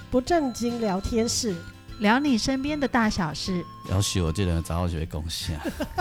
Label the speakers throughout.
Speaker 1: 不正经聊天室，
Speaker 2: 聊你身边的大小事。
Speaker 3: 要是我这人早就会讲啥。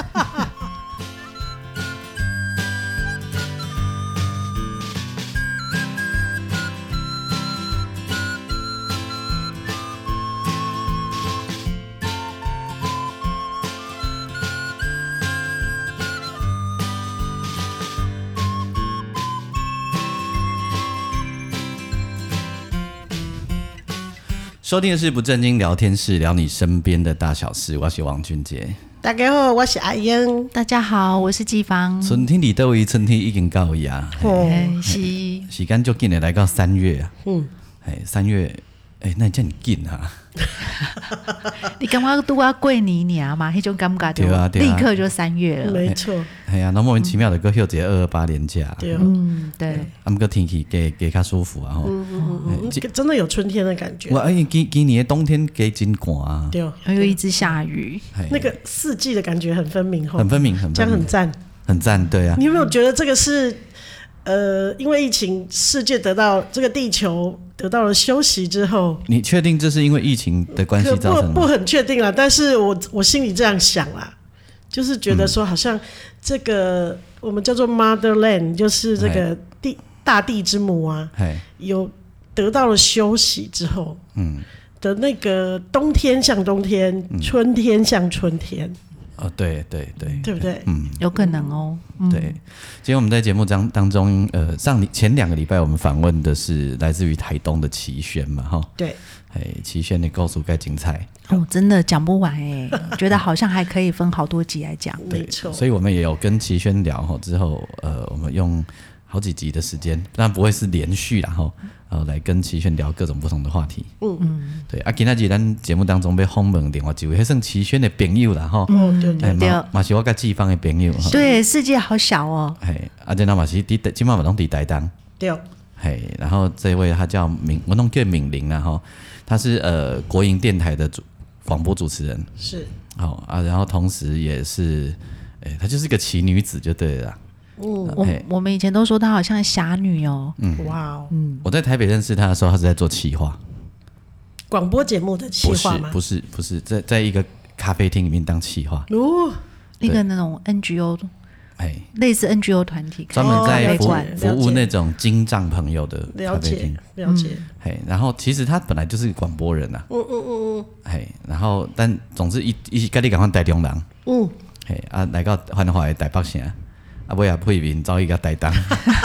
Speaker 3: 收听的是不正经聊天室，聊你身边的大小事。我是王俊杰。
Speaker 1: 大家好，我是阿英。
Speaker 2: 大家好，我是季芳。
Speaker 3: 春天里倒位，春天已经到位啊。
Speaker 2: 是
Speaker 3: 时间就紧的来到3月啊。3月，那你这么紧啊？
Speaker 2: 你感觉拄啊过年尔嘛？那种感觉
Speaker 3: 对啊，
Speaker 2: 立刻就3月了。
Speaker 1: 没错。
Speaker 3: 然后莫名其妙的搁休一个228连假。
Speaker 1: 对，
Speaker 2: 对。
Speaker 3: 不过天气加较舒服啊吼。
Speaker 1: 真的有春天的感觉。
Speaker 3: 今年的冬天加真寒啊。
Speaker 1: 对，
Speaker 2: 又一直下雨，
Speaker 1: 那个四季的感觉很分明吼。
Speaker 3: 很分明，
Speaker 1: 这样很赞，
Speaker 3: 很赞，对啊。
Speaker 1: 你有没有觉得这个是因为疫情，世界得到这个地球得到了休息之后？
Speaker 3: 你确定这是因为疫情的关系造成的吗？
Speaker 1: 不很确定啦，但是我心里这样想啦，就是觉得说好像这个我们叫做 Motherland， 就是这个大地之母啊，有得到了休息之后，的那个冬天像冬天，春天像春天。
Speaker 3: 对，
Speaker 1: 对不对？
Speaker 2: 有可能哦。
Speaker 3: 对，今天我们在节目当中，前2个礼拜我们访问的是来自于台东的齐轩嘛，哈。
Speaker 1: 对，
Speaker 3: 齐轩的故事该精彩
Speaker 2: 哦，真的讲不完哎，觉得好像还可以分好多集来讲。
Speaker 1: 没错，
Speaker 3: 所以我们也有跟齐轩聊哈，之后我们用好几集的时间，但不会是连续啦哈。来跟齐轩聊各种不同的话题。对啊，今天咱节目当中要访问另外一位，那算齐轩的朋友啦哈。
Speaker 2: 对，
Speaker 3: 嘛是我跟季芳的朋友。
Speaker 2: 对，世界好小哦。
Speaker 3: 这那嘛是今晚嘛拢伫台东。
Speaker 1: 对。
Speaker 3: 然后这位他叫我弄叫敏玲啦哈，他是国营电台的广播主持人。
Speaker 1: 是。
Speaker 3: 然后同时也是，她就是个奇女子就对了啦。
Speaker 2: 我们以前都说她好像侠女哦。
Speaker 1: 哇哦。
Speaker 3: 我在台北认识她的时候，她是在做企划，
Speaker 1: 广播节目的企划吗？
Speaker 3: 不是，在一个咖啡厅里面当企划。
Speaker 2: 一个那种 NGO，类似 NGO 团体，
Speaker 3: 专门在服务那种精障朋友的咖啡厅。
Speaker 1: 了解。
Speaker 3: 然后其实他本来就是广播人呐。然后但总之一跟你赶快台中人。来到繁华的台北城。尾也配面走去甲台东。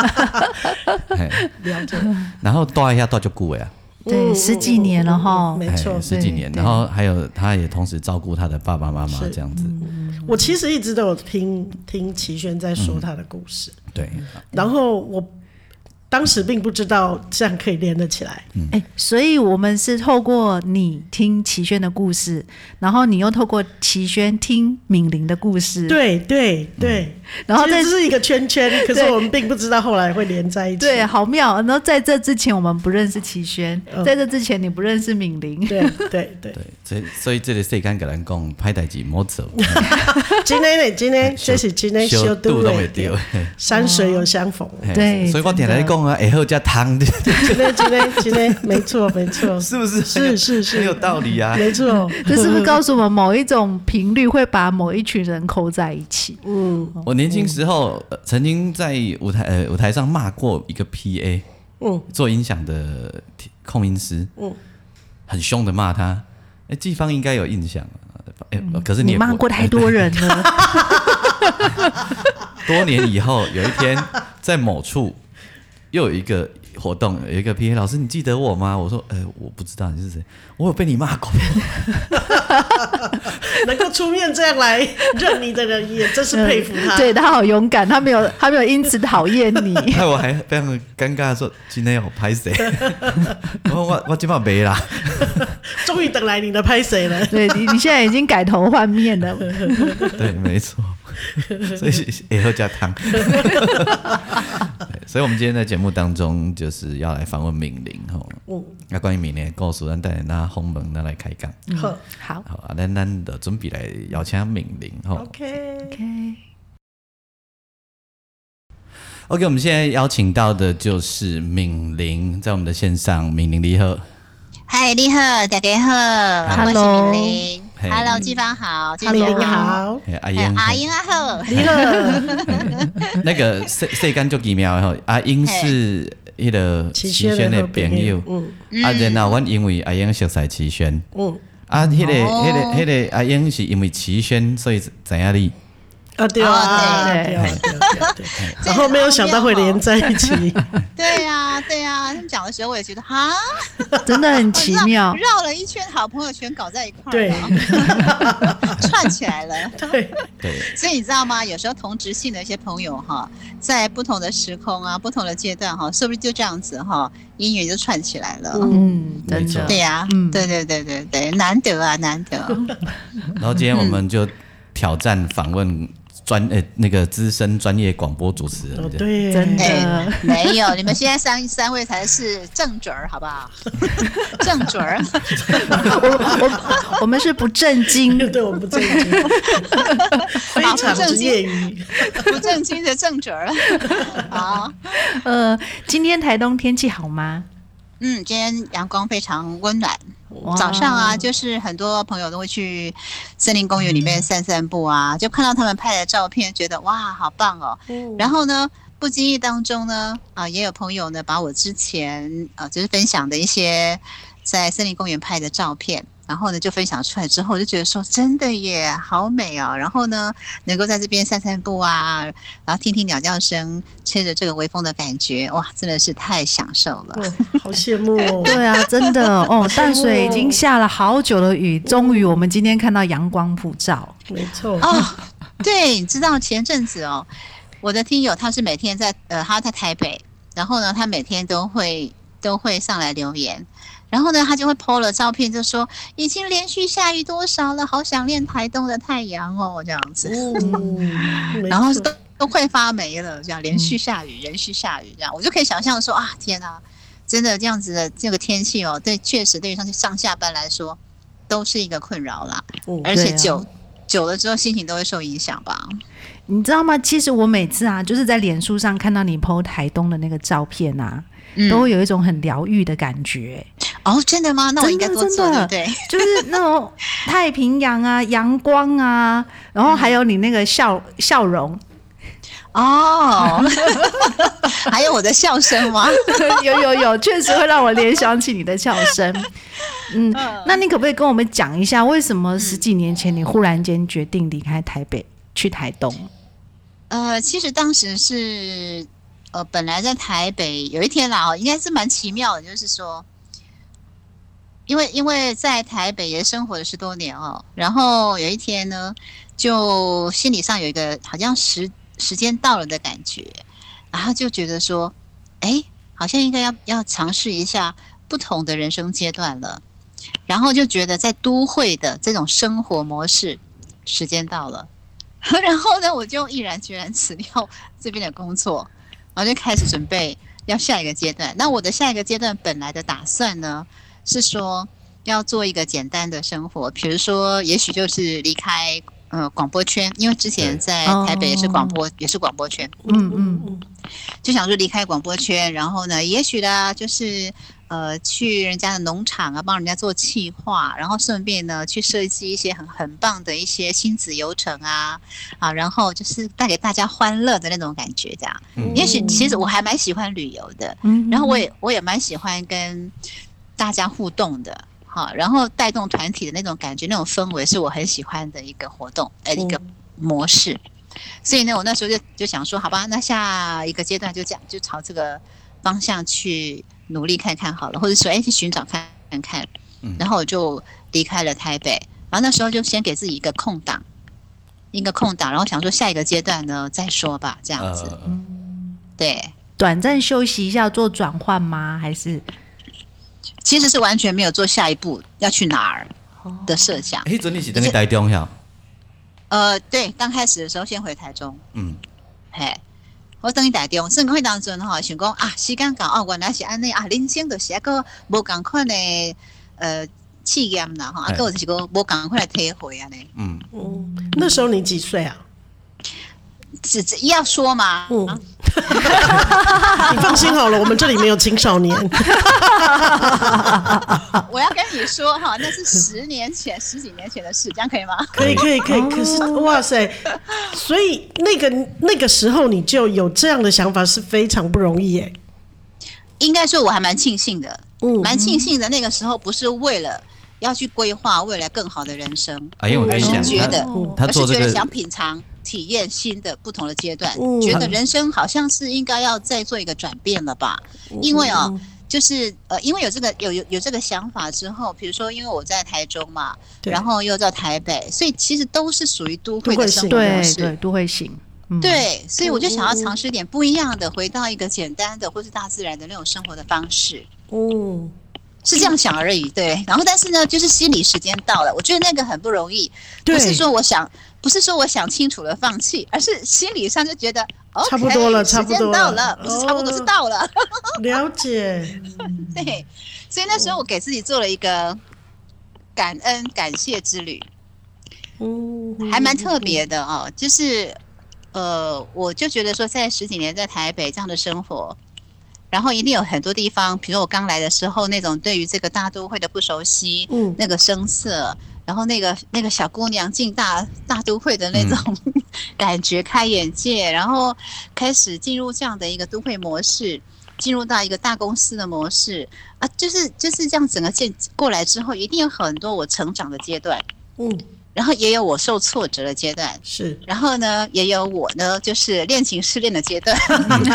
Speaker 1: 了解。
Speaker 3: 然后待一下待就久的啊。
Speaker 2: 对，10几年了哈。
Speaker 1: 没错
Speaker 3: ，10几年。然后还有他也同时照顾他的爸爸妈妈这样子。
Speaker 1: 我其实一直都有听齐轩在说他的故事。
Speaker 3: 对。
Speaker 1: 然后我当时并不知道这样可以连得起来。
Speaker 2: 所以我们是透过你听齐轩的故事，然后你又透过齐轩听敏玲的故事。
Speaker 1: 对。然后这是一个圈圈，可是我们并不知道后来会连在一起。
Speaker 2: 对，好妙。然后在这之前我们不认识齐轩，在这之前你不认识敏玲。
Speaker 1: 对。
Speaker 3: 所以这个世间跟人讲，歹代志莫做。
Speaker 1: 今天这是今天小度的，山水有相逢。
Speaker 2: 对，
Speaker 3: 所以我点来讲啊，以后加汤。
Speaker 1: 今天没错，
Speaker 3: 是不是？是，很有道理啊。
Speaker 1: 没错，
Speaker 2: 这是不是告诉我们某一种频率会把某一群人扣在一起？
Speaker 3: 我年轻时候曾经在舞台上骂过一个 PA，做音响的控音师，很凶的骂他。季芳应该有印象，可是你
Speaker 2: 骂过太多人了。
Speaker 3: 多年以后，有一天在某处又有一个活动，有一个 PA 老师，你记得我吗？我说，我不知道你是谁，我有被你骂过。
Speaker 1: 能够出面这样来认你的人，也真是佩服他。
Speaker 2: 对，他好勇敢，他没有因此讨厌你。
Speaker 3: 害我还非常尴尬的说，今天有拍谁？我今晚没啦。
Speaker 1: 终于等来你的拍谁了？
Speaker 2: 对，你现在已经改头换面了。
Speaker 3: 对，没错。所以以后加汤。所以我们今天在节目当中就是要来访问敏玲那关于敏玲的故事，咱带那访问咱来开讲。
Speaker 2: 好，
Speaker 3: 咱就准备来邀请敏玲。OK， 我们现在邀请到的就是敏玲，在我们的线上。敏玲你好。
Speaker 4: 嗨，你好，大家好，我是敏玲。Hello， 季芳好，
Speaker 1: 敏玲好，
Speaker 3: 阿英
Speaker 4: 好，
Speaker 1: 你好。
Speaker 3: 那个世间足奇妙吼，阿英是迄个齐轩的朋友，然后阮因为阿英熟悉齐轩，迄个阿英是因为齐轩所以知影你。
Speaker 1: 对，然后没有想到会连在一起。
Speaker 4: 对啊，他们讲的时候我也觉得哈，
Speaker 2: 真的很奇妙，
Speaker 4: 绕了一圈好朋友全搞在一块儿，
Speaker 1: 对，
Speaker 4: 串起来了。
Speaker 1: 对，
Speaker 4: 所以你知道吗？有时候同质性的一些朋友哈，在不同的时空啊、不同的阶段哈，是不是就这样子哈，姻缘就串起来了？
Speaker 2: 真的，
Speaker 4: 对呀，对，难得啊，难得。
Speaker 3: 然后今天我们就挑战访问。那个资深专业广播主持人，
Speaker 1: 对，
Speaker 2: 真的
Speaker 4: 没有，你们现在三位才是正准儿，好不好？正准儿，
Speaker 2: 我们是不正经，
Speaker 1: 对，我们不正经，非常之业余，
Speaker 4: 不正经的正准儿。好，
Speaker 2: 今天台东天气好吗？
Speaker 4: 今天阳光非常温暖。早上啊，就是很多朋友都会去森林公园里面散散步啊，就看到他们拍的照片，觉得哇，好棒哦。然后呢，不经意当中呢，也有朋友呢把我之前就是分享的一些在森林公园拍的照片，然后呢就分享出来之后，就觉得说真的耶，好美哦。然后呢，能够在这边散散步啊，然后听听鸟叫声，吹着这个微风的感觉，哇，真的是太享受了，
Speaker 1: 好羡慕哦。
Speaker 2: 对啊，真的哦，淡水已经下了好久的雨，终于我们今天看到阳光普照。
Speaker 1: 没错
Speaker 4: 对，你知道前阵子哦，我的听友他是每天他在台北，然后呢，他每天都会上来留言。然后呢，他就会 po 了照片，就说已经连续下雨多少了，好想念台东的太阳哦，这样子。然后都快发霉了，这样连续下雨，这样我就可以想象说啊，天哪，真的这样子的这个天气哦，对，确实对于上下班来说都是一个困扰啦。而且久了之后心情都会受影响吧。
Speaker 2: 你知道吗？其实我每次啊，就是在脸书上看到你 po 台东的那个照片啊，都会有一种很疗愈的感觉。
Speaker 4: 哦，真的吗？那我应该多做，对不对？
Speaker 2: 就是那种太平洋啊，阳光啊，然后还有你那个笑容。
Speaker 4: 哦，还有我的笑声吗？
Speaker 2: 有，确实会让我联想起你的笑声。那你可不可以跟我们讲一下，为什么10几年前你忽然间决定离开台北去台东？
Speaker 4: 其实当时是本来在台北有一天啦，应该是蛮奇妙的，就是说，因为在台北也生活了10多年哦，然后有一天呢，就心理上有一个好像时间到了的感觉，然后就觉得说，好像应该要尝试一下不同的人生阶段了，然后就觉得在都会的这种生活模式时间到了，然后呢，我就毅然决然辞掉这边的工作，然后就开始准备要下一个阶段。那我的下一个阶段本来的打算呢，是说要做一个简单的生活，比如说也许就是离开广播圈，因为之前在台北也是广播，也是广播圈，就想说离开广播圈，然后呢，也许呢就是去人家的农场啊，帮人家做企划，然后顺便呢去设计一些很棒的一些亲子游程啊，然后就是带给大家欢乐的那种感觉，这样。也许其实我还蛮喜欢旅游的，然后我也蛮喜欢跟大家互动的。好，然后带动团体的那种感觉，那种氛围是我很喜欢的一个活动，一个模式。所以呢，我那时候就想说，好吧，那下一个阶段就朝这个方向去努力看看好了，或者说去寻找看看。然后我就离开了台北，然后那时候就先给自己一个空档，然后想说下一个阶段呢再说吧，这样子。对，
Speaker 2: 短暂休息一下做转换吗？还是？
Speaker 4: 其实是完全没有做下一步要去哪儿的设想。
Speaker 3: 迄阵你是等于台中呀？
Speaker 4: 对，刚开始的时候先回台中。我等于台中，甚至会当阵哈，想讲啊，时间到原来是安尼啊，人生就是一个无共款的试验啦哈，有就是个无共款的体会啊呢。
Speaker 1: 那时候你几岁啊？
Speaker 4: 要说嘛，
Speaker 1: 你放心好了，我们这里没有青少年。
Speaker 4: 我要跟你说哈，那是10几年前的事，这样可以吗？
Speaker 1: 可以。可是哇塞，所以那个时候你就有这样的想法是非常不容易耶。
Speaker 4: 应该说我还蛮庆幸的，蛮庆幸的。那个时候不是为了要去规划未来更好的人生，
Speaker 3: 因为我跟你讲，
Speaker 4: 而是觉得想品尝、体验新的不同的阶段，觉得人生好像是应该要再做一个转变了吧？因为就是因为有这个想法之后，比如说因为我在台中嘛，然后又在台北，所以其实都是属于都会的生活模式，
Speaker 2: 对，都会型。
Speaker 4: 对，所以我就想要尝试一点不一样的，回到一个简单的或是大自然的那种生活的方式。是这样想而已。对，然后但是呢，就是心理时间到了，我觉得那个很不容易。不是说我想清楚了放弃，而是心理上就觉得
Speaker 1: 差不多了，
Speaker 4: 时间到了，不是差不多是到了。
Speaker 1: 了解。
Speaker 4: 对，所以那时候我给自己做了一个感恩感谢之旅，还蛮特别的哦，就是我就觉得说，在10几年在台北这样的生活，然后一定有很多地方，比如我刚来的时候那种对于这个大都会的不熟悉，那个声色，然后那个小姑娘进大都会的那种感觉，开眼界，然后开始进入这样的一个都会模式，进入到一个大公司的模式啊，就是这样整个过来之后，一定有很多我成长的阶段，然后也有我受挫折的阶段，
Speaker 1: 是，
Speaker 4: 然后呢，也有我呢，就是恋情失恋的阶段。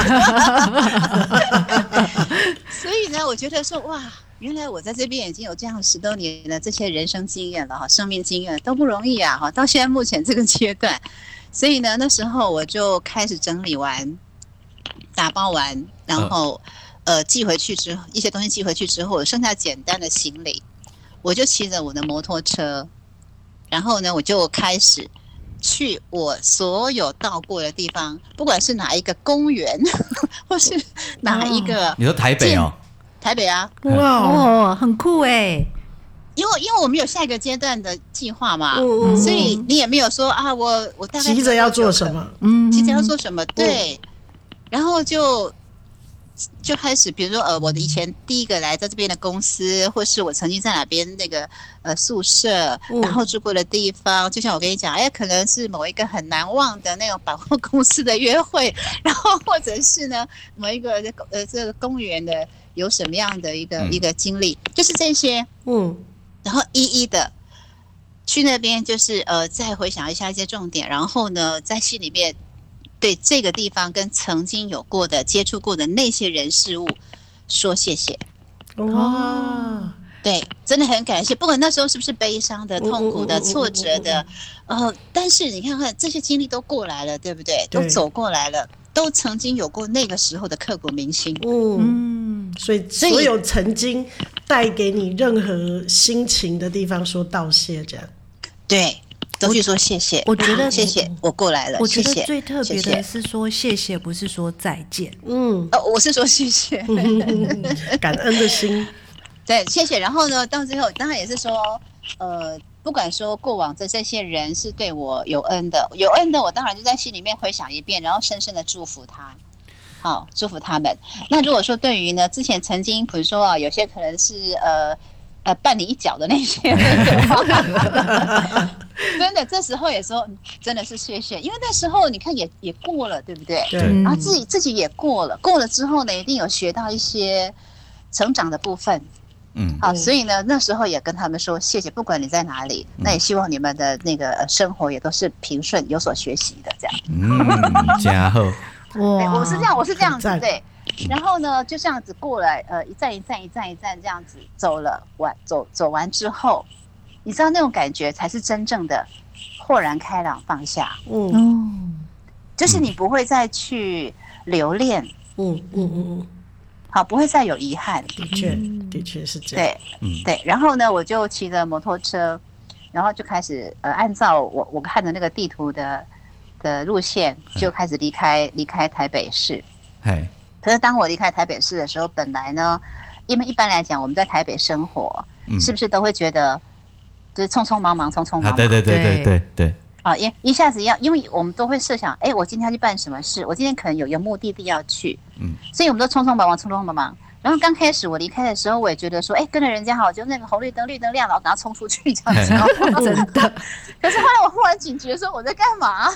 Speaker 4: 所以呢，我觉得说，哇，原来我在这边已经有这样10多年的这些人生经验了哈，生命经验都不容易啊哈，到现在目前这个阶段，所以呢，那时候我就开始整理完、打包完，然后寄回去之后，一些东西寄回去之后，剩下简单的行李，我就骑着我的摩托车。然后呢，我就开始去我所有到过的地方，不管是哪一个公园，或是哪一个。
Speaker 3: 你说台北哦？
Speaker 4: 台北啊！
Speaker 2: 哇，很酷哎！
Speaker 4: 因为我们有下一个阶段的计划嘛，所以你也没有说啊，我大概
Speaker 1: 急着要做什么？
Speaker 4: 急着要做什么？对，然后就开始，比如说我的以前第一个来在这边的公司，或是我曾经在哪边那个宿舍，然后住过的地方，就像我跟你讲，可能是某一个很难忘的那种百货公司的约会，然后或者是呢某一个这个公园的有什么样的一个经历，就是这些，然后一一的去那边，就是再回想一下一些重点，然后呢在心里面。对这个地方跟曾经有过的接触过的那些人事物说谢谢。
Speaker 1: 哇，
Speaker 4: 对，真的很感谢，不管那时候是不是悲伤的、痛苦的、挫折的，但是你看看这些经历都过来了，对不对？都走过来了，都曾经有过那个时候的刻骨铭心。
Speaker 1: 所以所有曾经带给你任何心情的地方说道谢，这样。
Speaker 4: 对。都去说谢谢，
Speaker 2: 我觉得
Speaker 4: 谢谢，我过来了。
Speaker 2: 我觉得最特别的是说谢谢，不是说再见。
Speaker 4: 我是说谢谢，
Speaker 1: 感恩的心。
Speaker 4: 对，谢谢。然后呢，到最后当然也是说，不管说过往的这些人是对我有恩的，我当然就在心里面回想一遍，然后深深的祝福他。好，祝福他们。那如果说对于呢，之前曾经比如说啊，有些可能是绊你一脚的那些人，真的，这时候也说真的是谢谢，因为那时候你看也过了，对不对？
Speaker 1: 对。
Speaker 4: 然后自己也过了之后呢，一定有学到一些成长的部分。好，所以呢，那时候也跟他们说谢谢，不管你在哪里，那也希望你们的那个生活也都是平顺，有所学习的这样。
Speaker 3: 加厚。
Speaker 4: 哇，我是这样子对。然后呢，就这样子过来，一站一站这样子走完之后，你知道那种感觉才是真正的豁然开朗放下。就是你不会再去留恋。好，不会再有遗憾。
Speaker 1: 的确是这样。
Speaker 4: 对。然后呢，我就骑着摩托车，然后就开始按照我看的那个地图的路线，就开始离开台北市。可是当我离开台北市的时候，本来呢，因为一般来讲我们在台北生活，是不是都会觉得就是匆匆忙忙。对。 一下子因为我们都会设想，我今天要去办什么事，我今天可能有一个目的地要去，所以我们都匆匆忙忙。然后刚开始我离开的时候，我也觉得说，跟着人家好，就那个红绿灯亮了，然后赶快冲出去这样子。
Speaker 2: 真的。
Speaker 4: 可是后来我忽然警觉说，我在干嘛？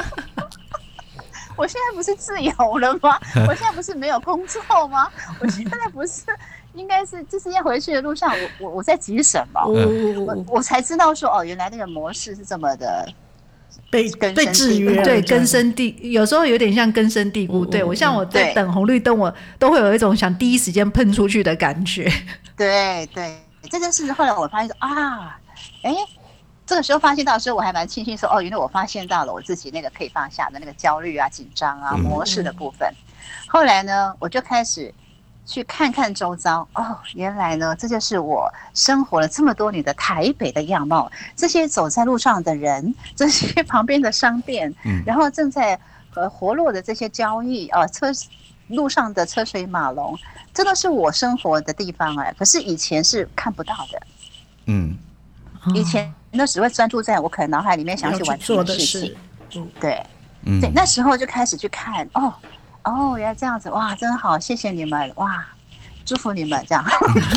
Speaker 4: 我现在不是自由了吗？我现在不是没有工作吗？我现在不是应该是就是要回去的路上，我在急什么？我才知道说，原来那个模式是这么的。
Speaker 1: 被制约，
Speaker 2: 对，有时候有点像根深蒂固。对，我像我在等红绿灯，我都会有一种想第一时间喷出去的感觉。
Speaker 4: 对，这件事后来我发现说这个时候发现到的时候，我还蛮庆幸说，原来我发现到了我自己那个可以放下的那个焦虑啊、紧张啊、模式的部分。后来呢，我就开始去看看周遭，原来呢，这就是我生活了这么多年的台北的样貌。这些走在路上的人，这些旁边的商店，然后正在活络的这些交易路上的车水马龙，这都是我生活的地方可是以前是看不到的，以前那只会专注在我可能脑海里面想去完成的事情，对，那时候就开始去看，原来这样子，哇，真好，谢谢你们，哇，祝福你们，这样。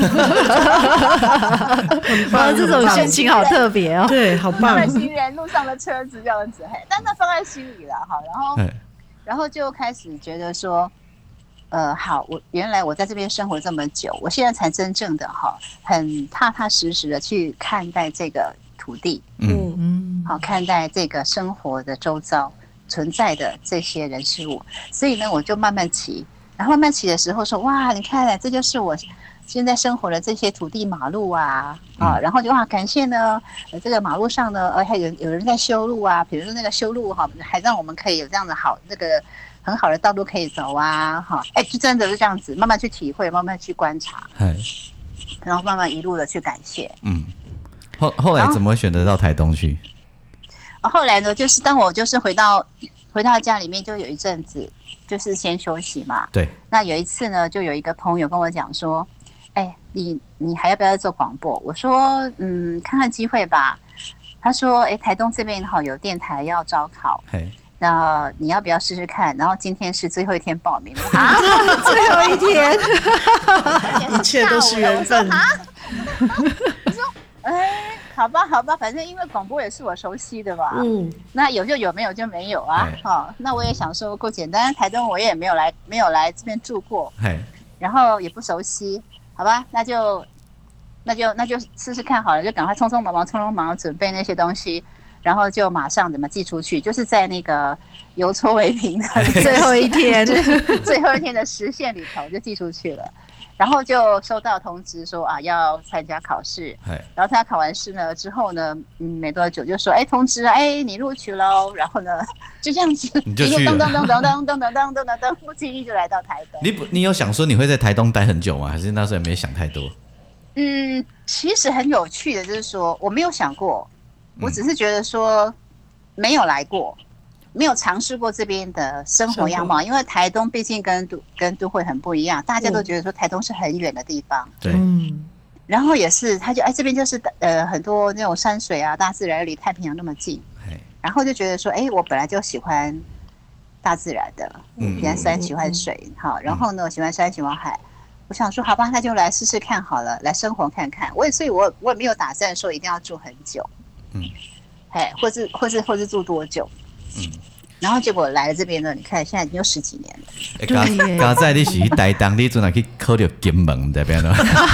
Speaker 2: 哇，这种心情好特别哦。
Speaker 1: 对，好棒。
Speaker 4: 行人路上的车子这样子，但那放在心里了哈，然后就开始觉得说，好，原来我在这边生活这么久，我现在才真正的很踏踏实实的去看待这个土地，好，看待这个生活的周遭存在的这些人事物，所以呢，我就慢慢骑，然后慢慢骑的时候说，哇，你看，这就是我现在生活的这些土地马路啊，然后就感谢呢，这个马路上呢，还有人在修路啊，比如说那个修路还让我们可以有这样的那个很好的道路可以走啊，就真的是这样子，慢慢去体会，慢慢去观察，然后慢慢一路的去感谢。
Speaker 3: 后来怎么选择到台东去？
Speaker 4: 后来呢，就是当我就是回到家里面，就有一阵子就是先休息嘛。
Speaker 3: 对。
Speaker 4: 那有一次呢，就有一个朋友跟我讲说，你还要不要做广播？我说，看看机会吧。他说，台东这边有电台要招考，那你要不要试试看？然后今天是最后一天报名
Speaker 2: 啊，最后一天，
Speaker 1: 一切都是缘分。
Speaker 4: 我说，好吧，反正因为广播也是我熟悉的嘛，那有就有，没有就没有啊。那我也想说够简单，台东我也没有来这边住过，然后也不熟悉，好吧，那就试试看好了，就赶快匆匆忙准备那些东西，然后就马上怎么寄出去，就是在那个邮戳为凭的
Speaker 2: 最后一天
Speaker 4: 的时限里头就寄出去了。然后就收到通知说要参加考试，然后参加考完试呢之后呢，没多久就说通知你录取喽，然后呢就这样子，
Speaker 3: 你就去了，
Speaker 4: 噔，不经意就来到台东。
Speaker 3: 你有想说你会在台东待很久吗？还是那时候也没想太多？
Speaker 4: 其实很有趣的，就是说我没有想过，我只是觉得说没有来过。没有尝试过这边的生活样貌，因为台东毕竟跟都会很不一样，大家都觉得说台东是很远的地方。
Speaker 3: 对，
Speaker 4: 然后也是，他就这边就是很多那种山水啊，大自然离太平洋那么近，然后就觉得说，我本来就喜欢大自然的，喜欢山，喜欢水，然后呢，喜欢山，喜欢海。我想说，好吧，那就来试试看好了，来生活看看。所以我也没有打算说一定要住很久，或是住多久。然后结果来了这边呢，你看现在已经有10几年了。
Speaker 3: 刚才你是去台东，你阵去考到金门这边了。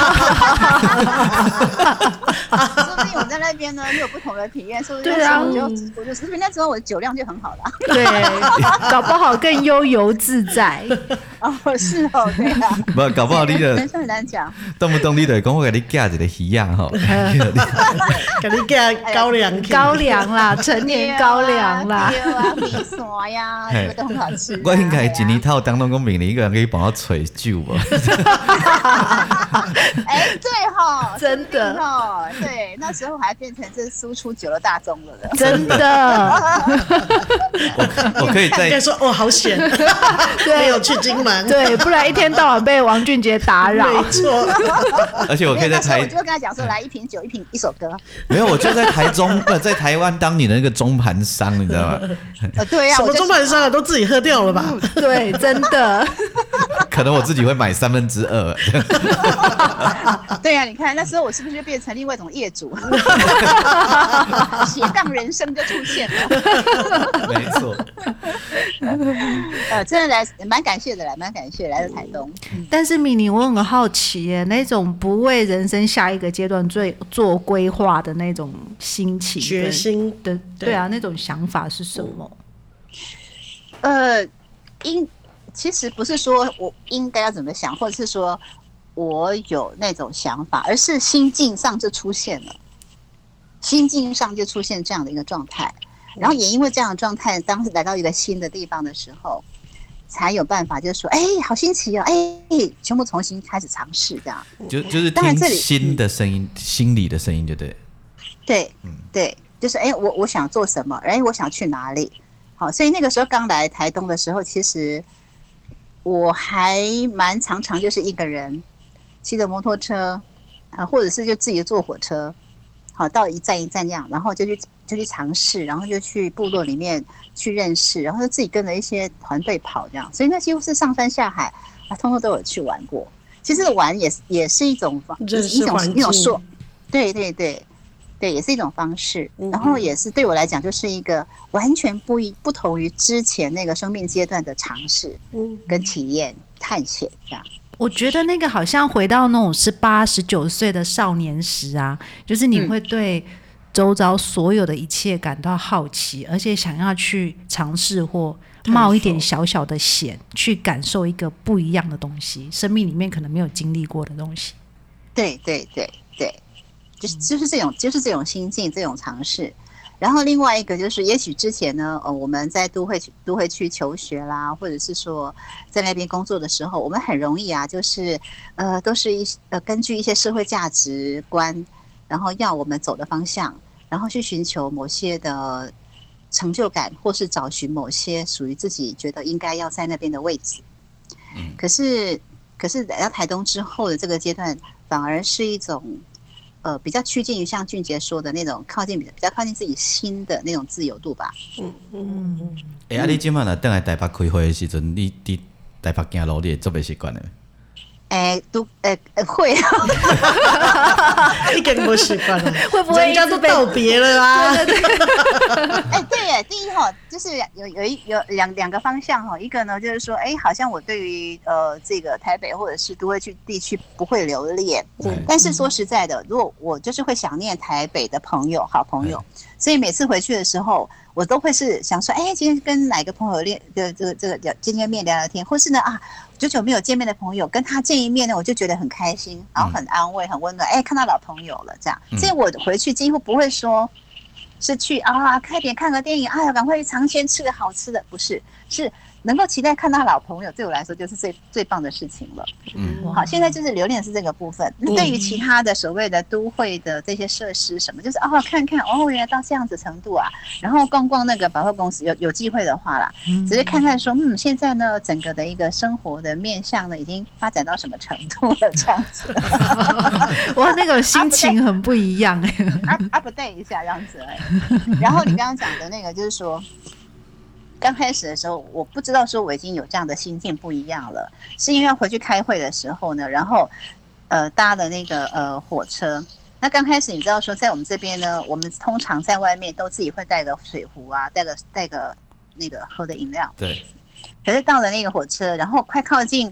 Speaker 4: 说不定我在那边呢，你有不同的体验，说不定我就这边那时候我的酒量就很好了。
Speaker 2: 对，搞不好更悠游自在。
Speaker 4: 是对啊。
Speaker 3: 不，搞不好你的
Speaker 4: 人生很难讲。
Speaker 3: 动不动你就讲我给你嫁一个鱼啊吼，
Speaker 1: 给你嫁高
Speaker 2: 粱啦，成年高粱啦。
Speaker 4: 米线呀，什么都很好吃。
Speaker 3: 我应该一年头当中讲明年一个人可以帮我吹酒无？
Speaker 4: 对哈，
Speaker 2: 真的
Speaker 4: 对，那时候还变成这输出久了大宗了的，
Speaker 2: 真的。
Speaker 3: 我可以再
Speaker 1: 应该说哦，好险，没有去金门，
Speaker 2: 对，不然一天到晚被王俊杰打扰。
Speaker 1: 没错。
Speaker 3: 而且我可以在台，
Speaker 4: 我就跟他讲说，来一瓶酒，一首歌。
Speaker 3: 没有，我就在台中，在台湾当你的那个中盘商，你知道吗？
Speaker 4: 对呀，
Speaker 1: 什么中盘商啊，都自己喝掉了吧？
Speaker 2: 对，真的。
Speaker 3: 可能我自己会买2/3。
Speaker 4: 对呀，你看那时候我是不是就变成另外一种业主？斜杠人生就出现了。
Speaker 3: 没错。
Speaker 4: 真的来蛮感谢的啦，蛮感谢来到台东。
Speaker 2: 但是米妮，我很好奇耶，那种不为人生下一个阶段做规划的那种心情、
Speaker 1: 决心
Speaker 2: 的，对啊，那种想法是什么？
Speaker 4: 其实不是说我应该要怎么想，或者是说我有那种想法，而是心境上就出现了，心境上就出现这样的一个状态。然后也因为这样的状态，当时来到一个新的地方的时候，才有办法，就是说，好新奇哦，全部重新开始尝试这样。
Speaker 3: 就是听心的声音，心里的声音，对不对？
Speaker 4: 对，对，就是我想做什么，我想去哪里。好，所以那个时候刚来台东的时候，其实我还蛮常就是一个人骑着摩托车或者是就自己坐火车，好到一站一站这样，然后就去尝试，然后就去部落里面去认识，然后就自己跟着一些团队跑这样，所以那几乎是上山下海通通都有去玩过。其实玩也是一种说，对，也是一种方式，然后也是对我来讲就是一个完全不同于之前那个生命阶段的尝试，跟体验探险这样。
Speaker 2: 我觉得那个好像回到那种18、19岁的少年时啊，就是你会对周遭所有的一切感到好奇，而且想要去尝试或冒一点小小的险，去感受一个不一样的东西，生命里面可能没有经历过的东西。
Speaker 4: 对，就是这种心境，这种尝试。然后另外一个就是，也许之前呢，我们在都会区求学啦，或者是说在那边工作的时候，我们很容易啊，就是都是根据一些社会价值观，然后要我们走的方向，然后去寻求某些的成就感，或是找寻某些属于自己觉得应该要在那边的位置。可是来到台东之后的这个阶段，反而是一种比较趋近于像俊杰说的那种比较靠近自己心的那种自由度吧。
Speaker 3: 你今晚来等来台北开会的时阵，你台北行路，你会做不习惯的？
Speaker 4: 会
Speaker 1: 一点不习惯了，
Speaker 2: 会不会
Speaker 1: 人家都道别了啊？
Speaker 2: 对，
Speaker 4: 对耶，第一就是有两个方向一个呢就是说，好像我对于这个台北或者是都会区地区不会留恋，但是说实在的，如果我就是会想念台北的好朋友，所以每次回去的时候，我都会是想说，今天跟哪个朋友见面聊聊天，或是呢久久没有见面的朋友跟他见一面呢，我就觉得很开心，然后很安慰很温暖，看到老朋友了这样。所以我回去几乎不会说是去开点看个电影，赶快去尝鲜吃个好吃的，不是，是能够期待看到老朋友，对我来说就是最棒的事情了。好，现在就是留恋是这个部分。对于其他的所谓的都会的这些设施什么，就是看看原来到这样子程度啊，然后逛逛那个百货公司，有机会的话啦，只是看看说现在呢整个的一个生活的面向呢已经发展到什么程度了这样子。
Speaker 2: 哇，那个心情很不一样
Speaker 4: update 一下这样子。然后你刚刚讲的那个就是说，刚开始的时候我不知道说我已经有这样的心境不一样了，是因为要回去开会的时候呢，然后搭的那个火车。那刚开始你知道说在我们这边呢，我们通常在外面都自己会带个水壶啊，带个那个喝的饮料。
Speaker 3: 对。
Speaker 4: 可是到了那个火车，然后快靠近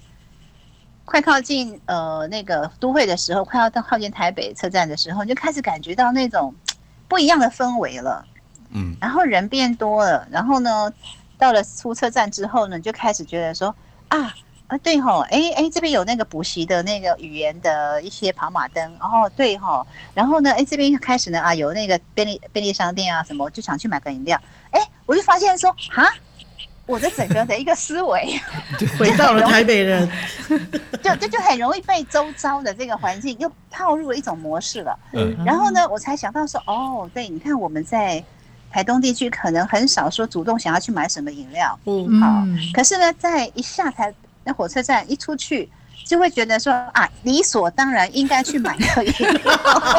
Speaker 4: 那个都会的时候，快要到靠近台北车站的时候，你就开始感觉到那种不一样的氛围了。然后人变多了，然后呢到了出车站之后呢，你就开始觉得说对这边有那个补习的那个语言的一些跑马灯，对然后呢这边开始呢有那个便利商店啊什么，我就想去买个饮料，我就发现说我的整个的一个思维
Speaker 1: 回到了台北人，
Speaker 4: 就很容易被周遭的这个环境又套入了一种模式了。然后呢，我才想到说，哦，对，你看我们在台东地区可能很少说主动想要去买什么饮料，好，可是呢，在一下那火车站一出去，就会觉得说啊，理所当然应该去买个饮料，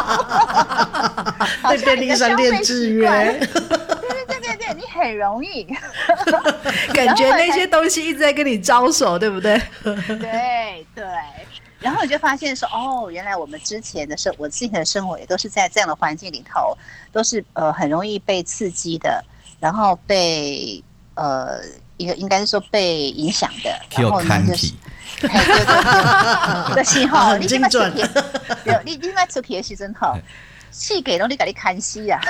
Speaker 1: 在便利商店制约。
Speaker 4: 对，你很容易
Speaker 2: 感觉那些东西一直在跟你招手，对不对？
Speaker 4: 对。然后你就发现说，哦，原来我们之前的我自己的生活也都是在这样的环境里头，都是很容易被刺激的，然后被应该是说被影响的，然后呢就是。对，是吼，你今麦出去，你今麦出去的时阵吼，四界拢你给你看死啊！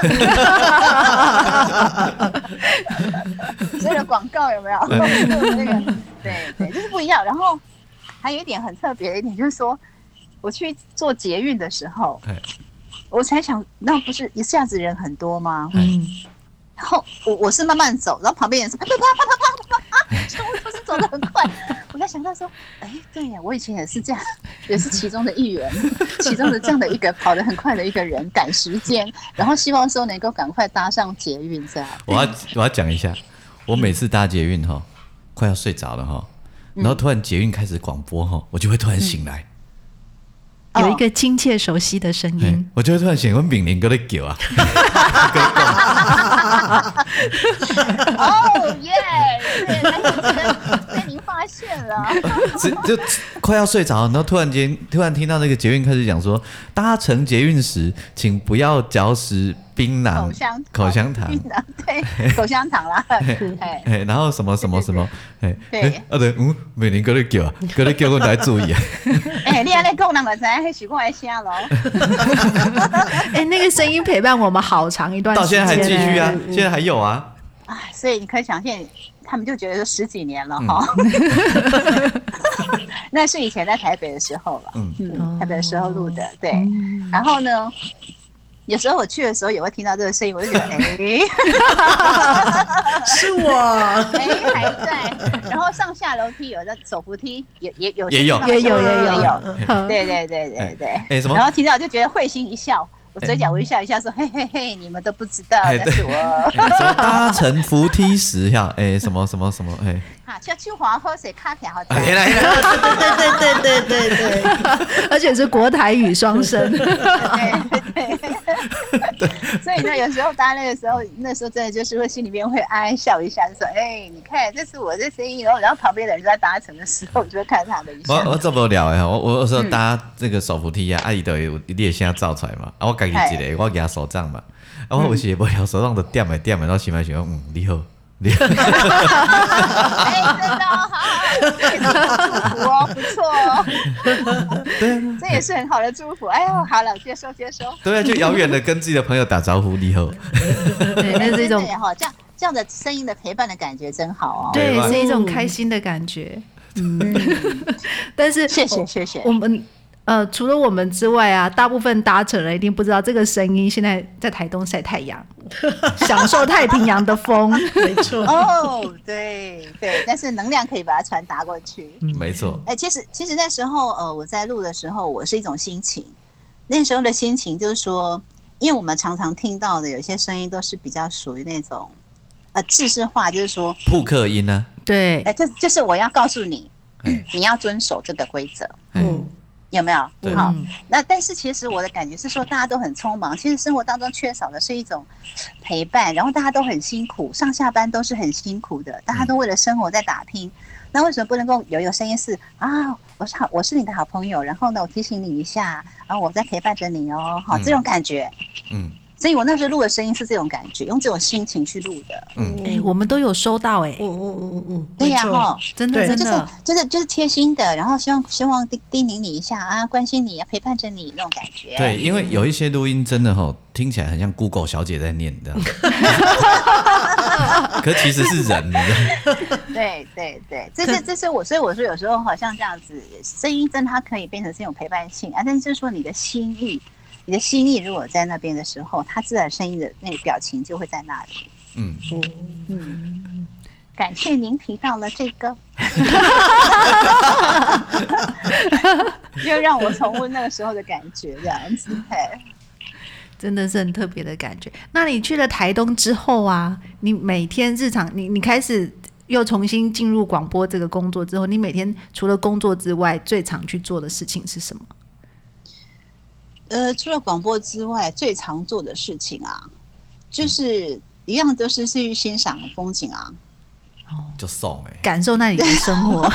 Speaker 4: 所以的广告有没有？那个对，就是不一样。然后还有一点很特别的一点，就是说我去做捷运的时候，我才想，那不是一下子人很多吗？然后我是慢慢走，然后旁边人是啪，全部都是走得很快。我在想到说，对呀，我以前也是这样，也是其中的一员，其中的这样的一个跑得很快的一个人，赶时间，然后希望说能够赶快搭上捷运这样。
Speaker 3: 我要讲一下，我每次搭捷运快要睡着了然后突然捷运开始广播我就会突然醒来。
Speaker 2: 有一个亲切熟悉的声音，
Speaker 3: 我就会突然想，我闽南在叫啊，
Speaker 4: 哦耶！被您发现了，
Speaker 3: 就快要睡着，然后突然听到那个捷运开始讲说，搭乘捷运时，请不要嚼食槟榔、口香糖，
Speaker 4: 对，口香糖啦，
Speaker 3: 然后什么什么什么，
Speaker 4: 对，
Speaker 3: 闽南在叫啊，在叫我来注意啊，
Speaker 4: 你安尼讲，人就知影是我的声咯。
Speaker 2: 那个声音陪伴我们好长一段时间，
Speaker 3: 到现在还继续啊，现在还有啊。
Speaker 4: 所以你可以想象，他们就觉得说10几年了那是以前在台北的时候了，台北的时候录的，对。然后呢，有时候我去的时候也会听到这个声音，我就觉得
Speaker 1: 是我，
Speaker 4: 还在。然后上下楼梯有的手扶梯也有，
Speaker 2: 对，
Speaker 3: 什么？
Speaker 4: 然后听到就觉得会心一笑。我嘴角微笑一下，说：“嘿嘿嘿，你们都不知道，那是我。”
Speaker 3: 搭乘扶梯时什么什么什么，
Speaker 4: 小秋华喝水卡条，
Speaker 1: 对，
Speaker 2: 而且是国台语双声，
Speaker 4: 对。所以呢，有时候大家那时候真的就是会心里面会安安笑一下，就说：“你看，这是我的声音。”然后旁边的人在搭乘的时候，你就会看他的一下。
Speaker 3: 我做不了我有时候搭这个手扶梯啊，伊就有你的声照出来嘛，我家己一个，我举手杖嘛，我有时无晓手杖就点的，然后心里想，你好。
Speaker 4: 真的好，这也是祝福哦，不错哦。对，这也是很好的祝福。好了，接收。
Speaker 3: 对啊，就遥远的跟自己的朋友打招呼，你好。
Speaker 2: 对，那是一种
Speaker 4: 这样的声音的陪伴的感觉真好哦。
Speaker 2: 对，是一种开心的感觉。但是
Speaker 4: 谢谢
Speaker 2: 我们。除了我们之外啊，大部分搭乘人一定不知道这个声音现在在台东晒太阳，享受太平洋的风。
Speaker 1: 没错。
Speaker 4: 对，但是能量可以把它传达过去。
Speaker 3: 没错。
Speaker 4: 其实那时候我在录的时候，我是一种心情。那时候的心情就是说，因为我们常常听到的有些声音都是比较属于那种制式化，就是说
Speaker 3: 扑克音呢。
Speaker 2: 对。
Speaker 4: 就是我要告诉你，你要遵守这个规则。有没有？好，那但是其实我的感觉是说，大家都很匆忙，其实生活当中缺少的是一种陪伴，然后大家都很辛苦，上下班都是很辛苦的，大家都为了生活在打拼。那为什么不能够有一个声音是我是你的好朋友，然后呢，我提醒你一下，然后我在陪伴着你哦，好，这种感觉，所以我那时候录的声音是这种感觉，用这种心情去录的。
Speaker 2: 我们都有收到
Speaker 4: 对呀
Speaker 2: 真的
Speaker 4: 就是贴心的，然后希望叮咛你一下啊，关心你，陪伴着你那种感觉。
Speaker 3: 对，因为有一些录音真的听起来很像 Google 小姐在念这样，可其实是人的。
Speaker 4: 对，这是我，所以我说有时候好像这样子，声音真的它可以变成这种陪伴性啊，但是就是说你的心意如果在那边的时候，它自然声音的那个表情就会在那里。 感谢您提到了这个，又让我重温那个时候的感觉，这样子。
Speaker 2: 真的是很特别的感觉。那你去了台东之后啊，你每天日常，你开始又重新进入广播这个工作之后，你每天除了工作之外，最常去做的事情是什么？
Speaker 4: 除了广播之外，最常做的事情啊，就是一样都是去欣赏风景啊。
Speaker 3: 就送
Speaker 2: 感受那里的生活。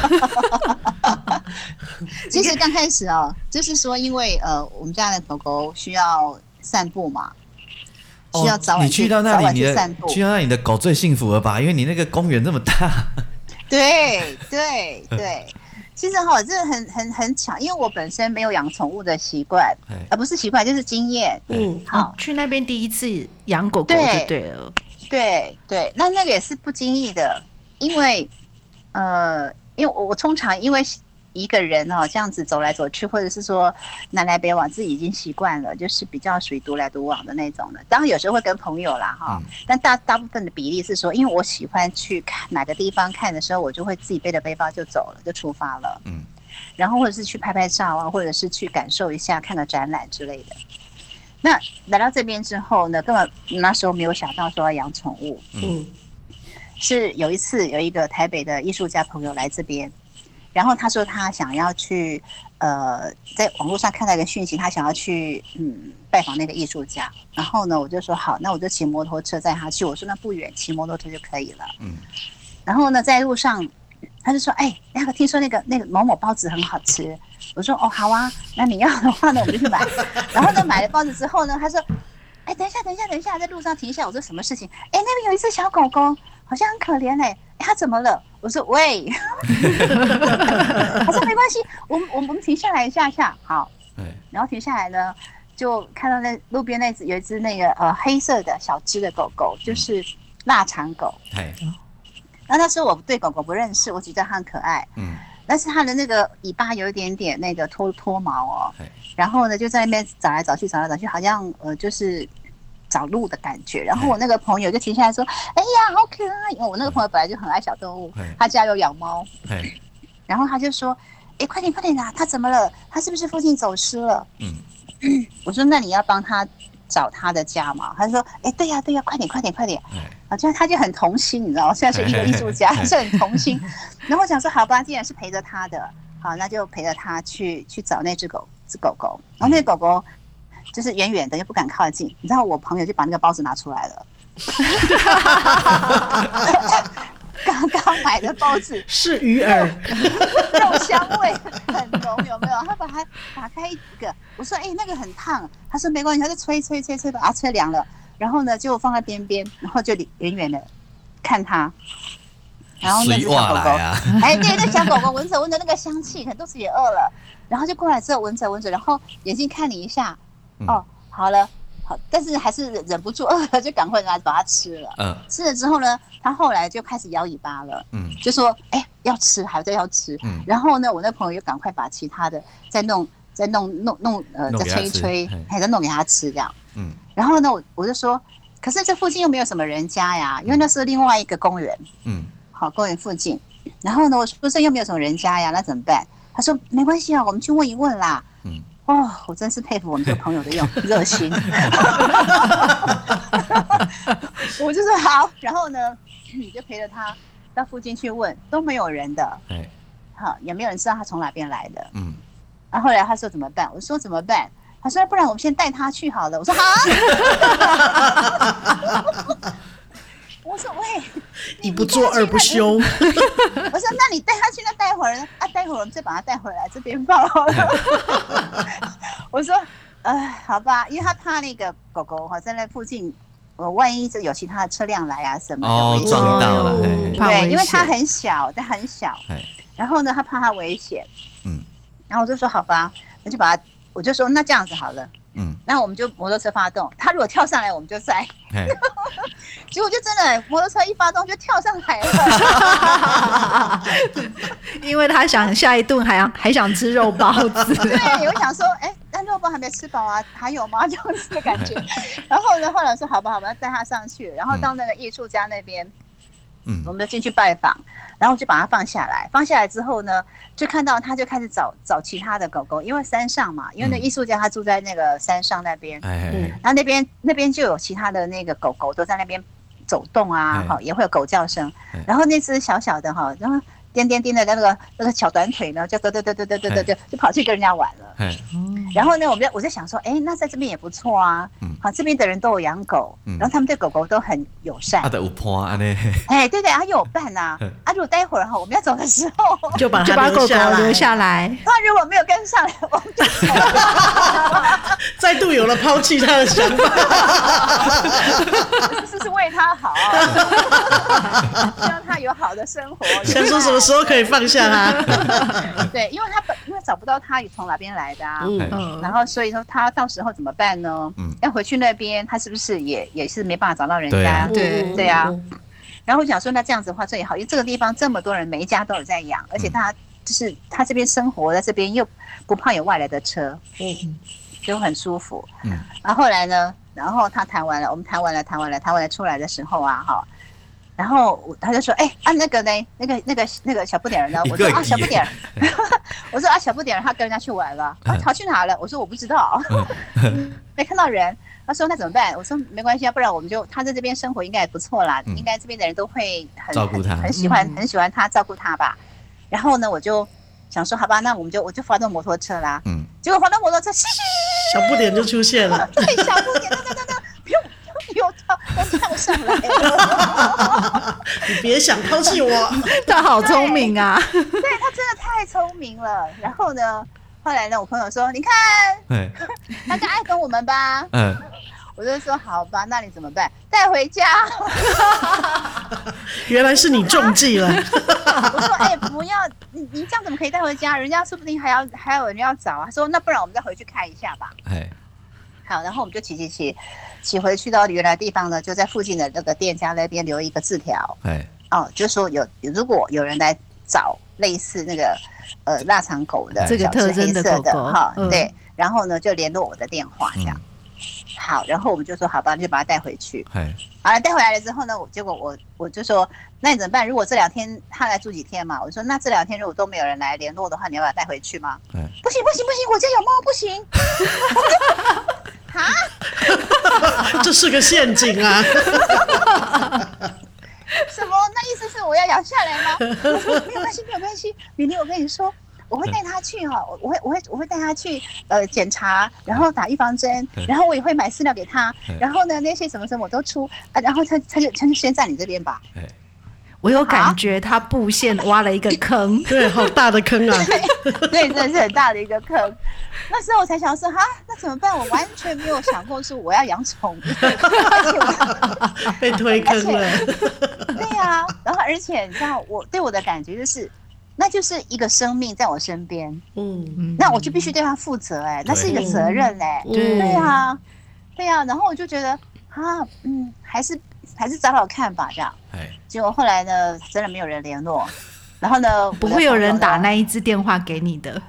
Speaker 4: 其实刚开始就是说，因为我们家的狗狗需要散步嘛，需要早晚
Speaker 3: 你去到那里，
Speaker 4: 去到
Speaker 3: 那里的狗最幸福了吧？因为你那个公园这么大。
Speaker 4: 对。其实这很巧，因为我本身没有养宠物的习惯，不是习惯就是经验。
Speaker 2: 好，去那边第一次养狗狗就对了。
Speaker 4: 对，那个也是不经意的，因为我通常因为一个人这样子走来走去，或者是说南来北往，自己已经习惯了，就是比较属于独来独往的那种的。当然有时候会跟朋友啦但大部分的比例是说，因为我喜欢去看哪个地方看的时候，我就会自己背着背包就走了，就出发了。然后或者是去拍拍照啊，或者是去感受一下，看个展览之类的。那来到这边之后呢，根本那时候没有想到说要养宠物。是有一次有一个台北的艺术家朋友来这边。然后他说他想要去，在网络上看到一个讯息，他想要去拜访那个艺术家。然后呢，我就说好，那我就骑摩托车载他去。我说那不远，骑摩托车就可以了。然后呢，在路上他就说，那个听说那个某某包子很好吃。我说哦好啊，那你要的话呢，我们就去买。然后呢，买了包子之后呢，他说，等一下，在路上停一下。我说什么事情？那边有一只小狗狗，好像很可怜他怎么了？我说喂，他说没关系，我们停下来一下，好，然后停下来呢，就看到那路边有一只那个黑色的小只的狗狗，就是腊肠狗。然后那时候我对狗狗不认识，我觉得它很可爱，但是它的那个尾巴有一点点那个脱毛然后呢就在那边找来找去，好像就是找路的感觉。然后我那个朋友就停下来说，哎呀好可爱，因为我那个朋友本来就很爱小动物，他家有养猫，然后他就说，快点啦，他怎么了？他是不是附近走失了？我说那你要帮他找他的家嘛？他说对呀，快点。这样他就很童心，你知道吗？虽然是一个艺术家，是很童心。然后我想说好吧，既然是陪着他的，好，那就陪着他去找那只狗狗。然后那狗狗就是远远的，又不敢靠近。你知道我朋友就把那个包子拿出来了，刚刚买的包子
Speaker 1: 是鱼饵，
Speaker 4: 肉香味很浓，有没有？他把它打开一个，我说那个很烫，他说没关系，他就吹，把它吹凉了，然后呢就放在边边，然后就远远的看它。然后那只小狗狗，对，那小狗狗闻着那个香气，可能肚子也饿了，然后就过来之后闻着，然后眼睛看你一下，好了，但是还是忍不住饿了，就赶快拿把它吃了。吃了之后呢，它后来就开始摇尾巴了，就说要吃，还在要吃。然后呢，我那朋友又赶快把其他的再弄，再吹一吹，再弄给他吃这样。然后呢，我就说，可是这附近又没有什么人家呀，因为那是另外一个公园。好，公园附近。然后呢，我说这又没有什么人家呀，那怎么办？他说没关系啊，我们去问一问啦。我真是佩服我们这个朋友的热心。我就说好，然后呢，你就陪着他到附近去问，都没有人的。好，也没有人知道他从哪边来的。然后后来他说怎么办？我说怎么办？他说不然我们先带他去好了。我说好。我说喂，
Speaker 1: 一不做二不休。我说
Speaker 4: 那你带他去，那待会儿呢？待会儿我们再把他带回来这边放好了。我说好吧，因为他怕那个狗狗在那附近，万一有其他的车辆来啊什么的，
Speaker 3: 撞到了。
Speaker 4: 对，因为它很小，然后呢，他怕它危险。然后我就说好吧，那就我就说那这样子好了。那我们就摩托车发动，他如果跳上来，我们就载。结果就真的摩托车一发动就跳上来了，
Speaker 2: 因为他想下一顿还想吃肉包子。
Speaker 4: 对，我想说，但肉包还没吃饱啊，还有吗？这样子的感觉。然后呢，后来说好吧，带他上去，然后到那个艺术家那边， 我们就进去拜访，然后就把它放下来。放下来之后呢，就看到他就开始找其他的狗狗，因为山上嘛，因为那艺术家他住在那个山上那边，然后那边就有其他的那个狗狗都在那边走动啊，也会有狗叫声。然后那只小小的哈，然后颠的那个小短腿呢，就就跑去跟人家玩了。然后呢，我在想说，那在这边也不错啊。好，这边的人都有养狗，然后他们对狗狗都很友善。
Speaker 3: 有伴安尼。
Speaker 4: 对，他有伴呐。如果待会儿我们要走的时候，
Speaker 1: 就把
Speaker 2: 狗狗留下来。
Speaker 4: 他如果没有跟上来，我们就走了。
Speaker 1: 再度有了抛弃他的想法。
Speaker 4: 是为他好，希望他有好的生活。
Speaker 1: 想说什么时候可以放下他？
Speaker 4: 对，因为找不到他从哪边来的啊。然后所以说他到时候怎么办呢？要回去那边，他是不是也是没办法找到人家？对啊。然后我想说，那这样子的话最好，因为这个地方这么多人，每一家都有在养，而且他就是他这边生活在这边又不怕有外来的车，就很舒服。然后后来呢，然后他谈完了，我们谈完了出来的时候啊，然后他就说，那个呢，那个小不点人呢？我说小不点，我说小不点人他跟人家去玩了，跑去哪了？我说我不知道，没看到人。他说那怎么办？我说没关系啊，不然我们就他在这边生活应该也不错啦，应该这边的人都会
Speaker 3: 照顾他，
Speaker 4: 很喜欢他，照顾他吧。然后呢，我就想说好吧，那我就发动摩托车啦。结果发动摩托车，
Speaker 1: 小不点就出现了。
Speaker 4: 对，小不点，又跳上来了。
Speaker 1: 你别想抛弃我，
Speaker 2: 他好聪明啊！
Speaker 4: 对，他真的太聪明了。然后呢，后来呢，我朋友说，你看，他就爱跟我们吧。我就说好吧，那你怎么办？带回家。
Speaker 1: 原来是你中计了。
Speaker 4: 我说不要，你这样怎么可以带回家？人家说不定还有人要找啊。他说那不然我们再回去看一下吧。好，然后我们就骑回去到原来的地方呢，就在附近的那个店家那边留一个字条。就说如果有人来找类似那个腊肠狗的
Speaker 2: 这个特征的狗狗，
Speaker 4: 对，然后呢就联络我的电话这样。好，然后我们就说好吧，就把它带回去。好了，带回来了之后呢，结果我就说，那你怎么办？如果这2天他来住几天嘛？我说那这2天如果都没有人来联络的话，你要把它带回去吗？不行，我家有猫，不行。
Speaker 1: 这是个陷阱啊！
Speaker 4: 什么？那意思是我要养下来吗？我说没有关系，明天我跟你说。我会带他去我会带他去检查，然后打预防针，然后我也会买饲料给他，然后呢那些什么我都出啊，然后他就先在你这边吧。
Speaker 2: 我有感觉他布线挖了一个坑，
Speaker 1: 对，好大的坑啊！
Speaker 4: 对，真的是很大的一个坑。那时候我才想说，那怎么办？我完全没有想过说我要养宠物，
Speaker 1: 被推坑了。
Speaker 4: 对啊，然后而且你知道，我对我的感觉就是。那就是一个生命在我身边，那我就必须对他负责，那是一个责任对啊，然后我就觉得还是找看吧，这样。结果后来呢，真的没有人联络，然后呢，
Speaker 2: 不会有人打那一支电话给你的。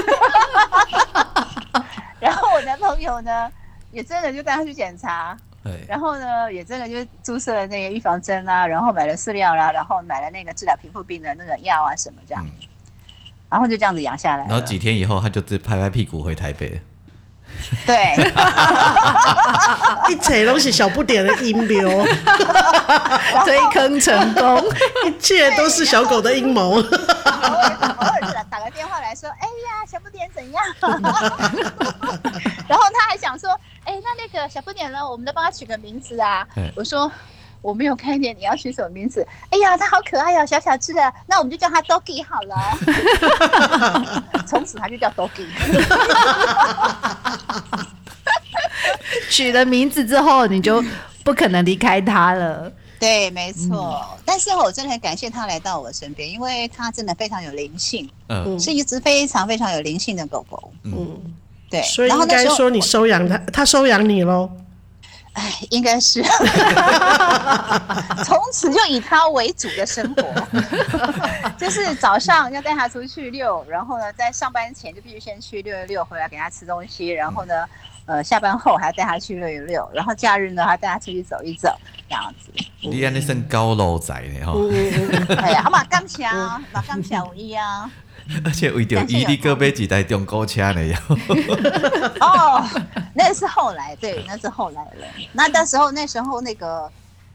Speaker 4: 然后我的朋友呢，也真的就带他去检查。然后呢，也真的就注射了那个预防针啊，然后买了饲料啦，然后买了那个治疗皮肤病的那个药啊什么这样，然后就这样子养下来了。
Speaker 3: 然后几天以后，他就拍拍屁股回台北了。
Speaker 4: 对，
Speaker 1: 一切都是小不点的阴谋，
Speaker 2: 推坑成功，
Speaker 1: 一切都是小狗的阴谋。偶
Speaker 4: 尔打个电话来说，哎呀，小不点怎样？然后他还想说，那个小不点呢，我们都帮他取个名字啊。我说我没有概念，你要取什么名字？哎呀，他好可爱哦，小小只的，那我们就叫他 Doggy 好了。从此他就叫 Doggy。
Speaker 2: 取了名字之后，你就不可能离开他了。
Speaker 4: 对，没错。但是我真的很感谢他来到我身边，因为他真的非常有灵性，是一只非常非常有灵性的狗狗。对，
Speaker 1: 所以应该说你收养他，他收养你咯。
Speaker 4: 应该是。从此就以他为主的生活，就是早上要带他出去遛，然后呢，在上班前就必须先去遛一遛，回来给他吃东西，然后呢， 下班后还要带他去溜一溜，然后假日呢还带他出去走一走，这样子。
Speaker 3: 你安尼算高路仔呢吼？
Speaker 4: 哎呀，嘛感谢啊，嘛感谢有伊啊。
Speaker 3: 而且为着伊，你搁买一台中古车呢？
Speaker 4: 哦，那是后来，对，那是后来了。那时候那个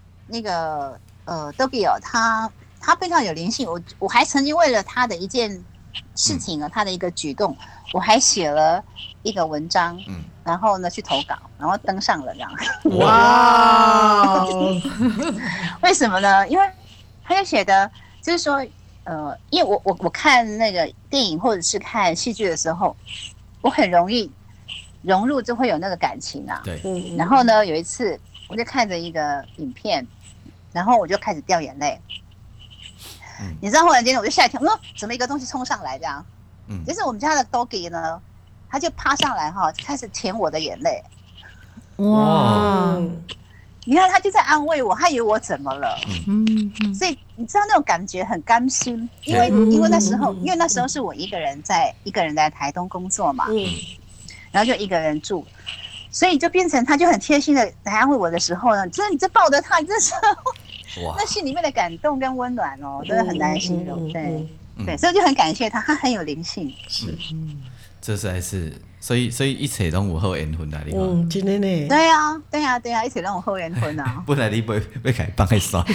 Speaker 4: Tokyo 他非常有灵性，我还曾经为了他的一件事情他的一个举动，我还写了一个文章，然后呢去投稿，然后登上了这样。
Speaker 1: 哇！
Speaker 4: 为什么呢？因为他就写的就是说，因为我看那个电影或者是看戏剧的时候，我很容易融入，就会有那个感情啊。
Speaker 3: 对。
Speaker 4: 然后呢，有一次我就看着一个影片，然后我就开始掉眼泪。你知道，忽然间我就吓一跳，怎么一个东西冲上来这样？就是我们家的 Doggy 呢，他就趴上来哈，开始舔我的眼泪。
Speaker 2: 哇！
Speaker 4: 你看他就在安慰我，他以为我怎么了？所以你知道那种感觉很甘心，因为那时候是我一个人在台东工作嘛，然后就一个人住，所以就变成他就很贴心的来安慰我的时候呢，真的你这抱着他，你这时候那心里面的感动跟温暖真的很难形容，对，所以就很感谢他，他很有灵性，
Speaker 3: 是，这实在是。所以一切拢有好缘分啊！你看，
Speaker 1: 真的呢。
Speaker 4: 对啊，一切拢有好缘分啊！
Speaker 3: 本来你要开放在耍，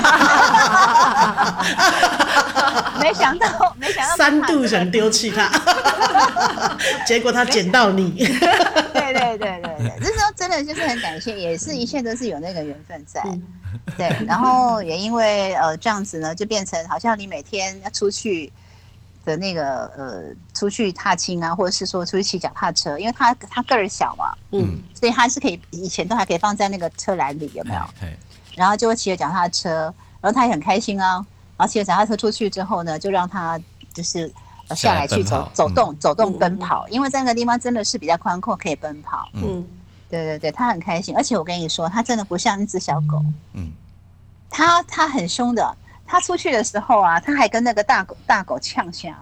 Speaker 4: 没想到
Speaker 1: 3度想丢弃他，结果他捡到你。
Speaker 4: 对，这时候真的就是很感谢，也是一切都是有那个缘分在。对，然后也因为这样子呢，就变成好像你每天要出去的那个出去踏青啊，或者是说出去骑脚踏车，因为他个儿小嘛，所以他是可以以前都还可以放在那个车篮里，有没有？然后就会骑着脚踏车，然后他也很开心啊。然后骑着脚踏车出去之后呢，就让他就是下来去走动奔跑，因为在那个地方真的是比较宽阔，可以奔跑。对，他很开心，而且我跟你说，他真的不像一只小狗，他很凶的。他出去的时候啊，他还跟那个大狗呛下，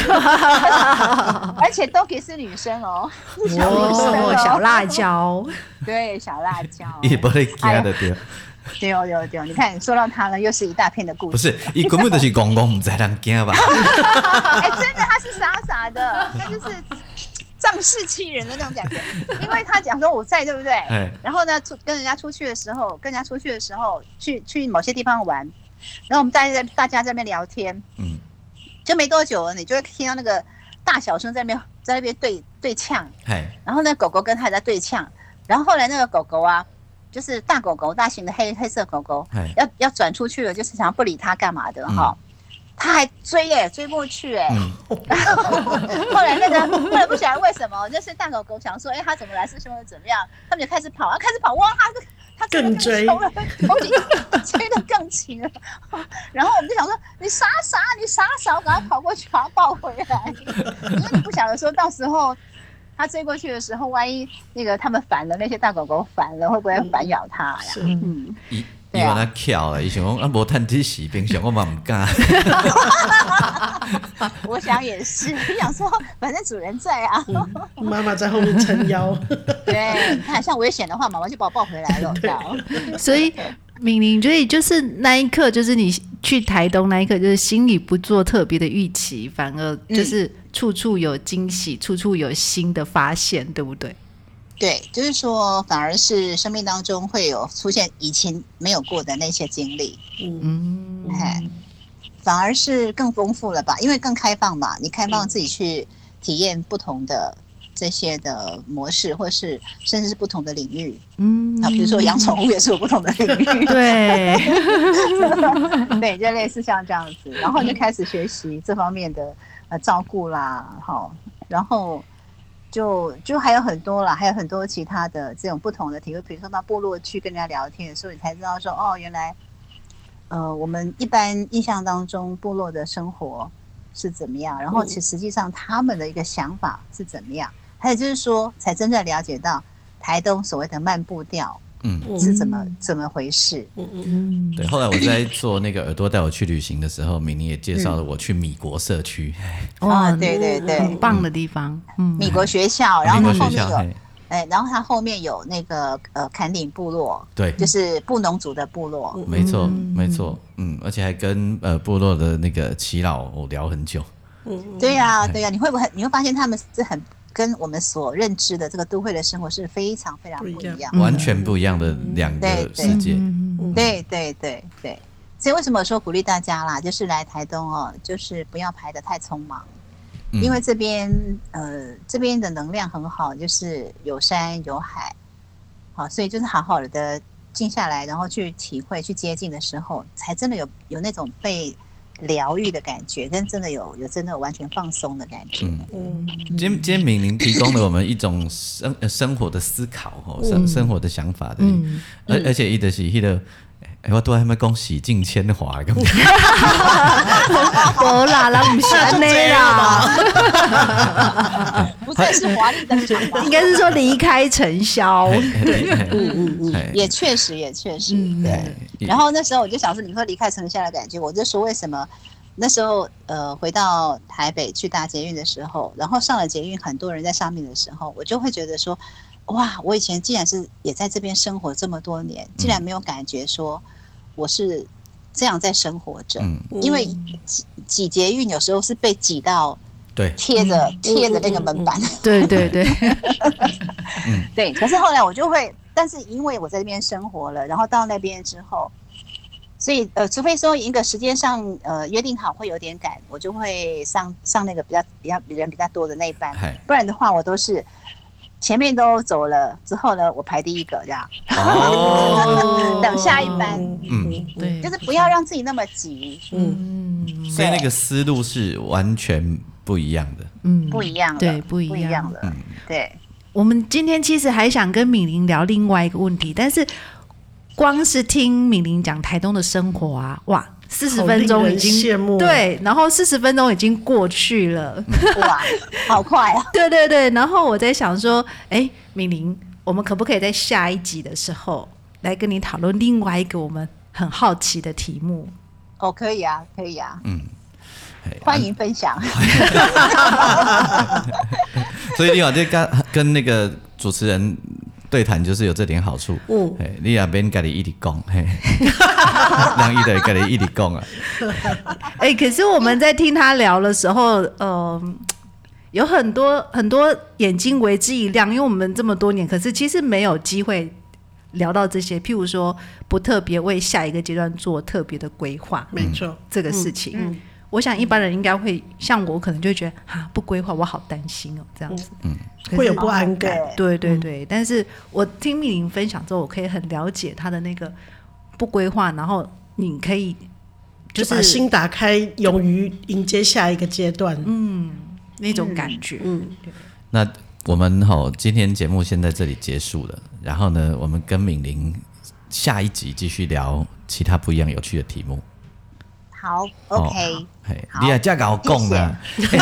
Speaker 4: 而且 Doggy 是女生哦，小女生
Speaker 2: 小辣椒，
Speaker 4: 对，小辣椒，
Speaker 3: 也不会惊的对。
Speaker 4: 对，你看说到他呢，又是一大片的故事。
Speaker 3: 不是，他根本就是公不知人惊吧？
Speaker 4: 真的，他是傻傻的，他就是仗势欺人的那种感觉。因为他讲说我在，对不对？然后呢，跟人家出去的时候，去某些地方玩。然后我们大家在那边聊天，就没多久了，你就会听到那个大小声在那边对呛，然后那狗狗跟他在对呛，然后后来那个狗狗啊，就是大狗狗，大型的黑色狗狗，要转出去了，就是想要不理他干嘛的哈，他还追不去然后后来不晓得为什么，就是大狗狗想说，他怎么来，是凶怎么样，他们就开始跑，哇，他
Speaker 1: 更追，
Speaker 4: 追得更勤了。然后我们就想说，你傻傻，赶快跑过去把它抱回来，因为你不晓得说到时候他追过去的时候，万一那个他们烦了，那些大狗狗烦了，会不会反咬他呀？
Speaker 3: 伊往那翘了，伊想讲无趁这时，平常我嘛唔敢。
Speaker 4: 我想也是，你想说反正主人在啊，
Speaker 1: 妈妈在后面撑腰。
Speaker 4: 对，你看像危险的话，妈妈就把我抱回来了。
Speaker 2: 所以敏玲，所以就是那一刻，就是你去台东那一刻，就是心里不做特别的预期，反而就是处处有惊喜，处处有新的发现，对不对？
Speaker 4: 对，就是说，反而是生命当中会有出现以前没有过的那些经历，反而是更丰富了吧？因为更开放嘛，你开放自己去体验不同的这些的模式，或是甚至是不同的领域，比如说养宠物也是有不同的领域，
Speaker 2: 对，
Speaker 4: 对，就类似像这样子，然后就开始学习这方面的照顾啦，然后。就还有很多啦，还有很多其他的这种不同的体会，比如说到部落去跟人家聊天的时候，你才知道说，原来，我们一般印象当中部落的生活是怎么样，然后实际上他们的一个想法是怎么样，还有就是说，才真正了解到台东所谓的慢步调。是怎么回事？
Speaker 3: 对。后来我在做那个耳朵带我去旅行的时候，敏玲也介绍了我去米国社区。
Speaker 4: 对，
Speaker 2: 很棒的地方。
Speaker 4: 米国学校，然后它后面然后它后面有那个坎顶部落，
Speaker 3: 对，
Speaker 4: 就是布农族的部落，
Speaker 3: 没错没错，而且还跟部落的那个耆老我聊很久，
Speaker 4: 对呀对呀，你会发现他们是很跟我们所认知的这个都会的生活是非常非常不一样，
Speaker 3: 完全不一样的两个世界，
Speaker 4: 对对对对，所以为什么说鼓励大家啦，就是来台东哦，就是不要排得太匆忙。因为这边的能量很好，就是有山有海，好，所以就是好好的静下来，然后去体会、去接近的时候，才真的有那种被疗愈的感觉，跟真的有真的完全放松的感觉。
Speaker 3: 今天敏玲提供了我们一种生活的思考生活的想法的，而且伊就是迄个。我都还没讲洗尽铅华，根本无
Speaker 2: 啦，咱不是安尼啦，
Speaker 4: 不再是华丽登场吧？
Speaker 2: 应该是说离开尘嚣。
Speaker 4: 也确实，对。然后那时候我就想说，你会离开尘嚣的感觉，我就说为什么？那时候回到台北去搭捷运的时候，然后上了捷运，很多人在上面的时候，我就会觉得说，哇，我以前既然是也在这边生活这么多年，竟然没有感觉说我是这样在生活着，因为挤捷运有时候是被挤到贴着那个门板，
Speaker 2: 对对对，
Speaker 4: 对。可是后来我就会，但是因为我在这边生活了，然后到那边之后，所以除非说一个时间上约定好会有点赶，我就会上那个比较人比较多的那一班，不然的话我都是。前面都走了之后呢，我排第一个这样，等下一班，对，就是不要让自己那么急，
Speaker 3: 所以那个思路是完全不一样的，
Speaker 4: 不一样的，
Speaker 2: 对，不一样
Speaker 4: 的，对。
Speaker 2: 我们今天其实还想跟敏玲聊另外一个问题，但是光是听敏玲讲台东的生活啊，哇！40分钟已经对，然后40分钟已经过去了，
Speaker 4: 哇，好快啊！
Speaker 2: 对对对，然后我在想说，敏玲，我们可不可以在下一集的时候来跟你讨论另外一个我们很好奇的题目？
Speaker 4: 哦，可以啊，可以啊，欢迎分享。
Speaker 3: 所以你好，这跟那个主持人。对谈就是有这点好处，你也免跟你一直讲，让伊就跟你一直讲啊。
Speaker 2: 可是我们在听他聊的时候，有很多眼睛为之一亮，因为我们这么多年，可是其实没有机会聊到这些，譬如说不特别为下一个阶段做特别的规划，
Speaker 1: 没错，
Speaker 2: 这个事情。我想一般人应该会像我，可能就会觉得不规划，我好担心哦，这样子，
Speaker 1: 会有不安感。
Speaker 2: 对对对，但是我听敏玲分享之后，我可以很了解她的那个不规划，然后你可以
Speaker 1: 就是把心打开，勇于迎接下一个阶段，
Speaker 2: 那种感觉。
Speaker 3: 那我们今天节目先在这里结束了，然后呢，我们跟敏玲下一集继续聊其他不一样有趣的题目。
Speaker 4: 好 ，OK，
Speaker 3: 你也这样讲啊？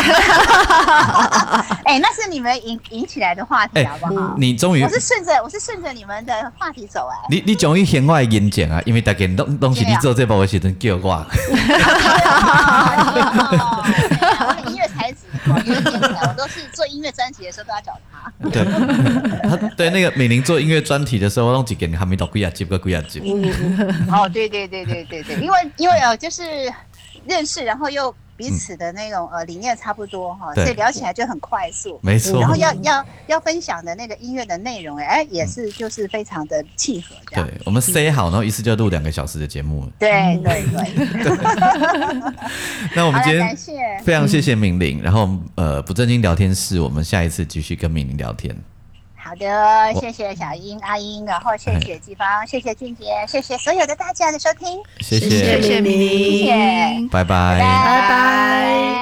Speaker 4: 那是你们引起来的话题，好不好？
Speaker 3: 你终于，
Speaker 4: 我是顺着你们的话题走
Speaker 3: 你终于显我的演讲啊，因为大家拢是你做这部的时候叫我。
Speaker 4: 我是音乐才子，我都是做音乐专辑的时候都要找他。
Speaker 3: 对，对那个敏玲做音乐专题的时候，我拢一件还没到几啊集。
Speaker 4: 对，因为就是认识，然后又彼此的那种理念差不多所以聊起来就很快速，
Speaker 3: 没错。
Speaker 4: 然后要分享的那个音乐的内容，也是就是非常的契合。
Speaker 3: 对，我们 say 好，然后一次就录2个小时的节目。
Speaker 4: 对。
Speaker 3: 那我们今天非常谢谢敏玲，然后不正经聊天室，我们下一次继续跟敏玲聊天。
Speaker 4: 好的，谢谢小英阿英，然后谢谢季芳，谢谢俊杰，谢谢所有的大家的收听，
Speaker 3: 谢谢
Speaker 2: 敏玲，
Speaker 3: 拜拜，
Speaker 1: 拜拜。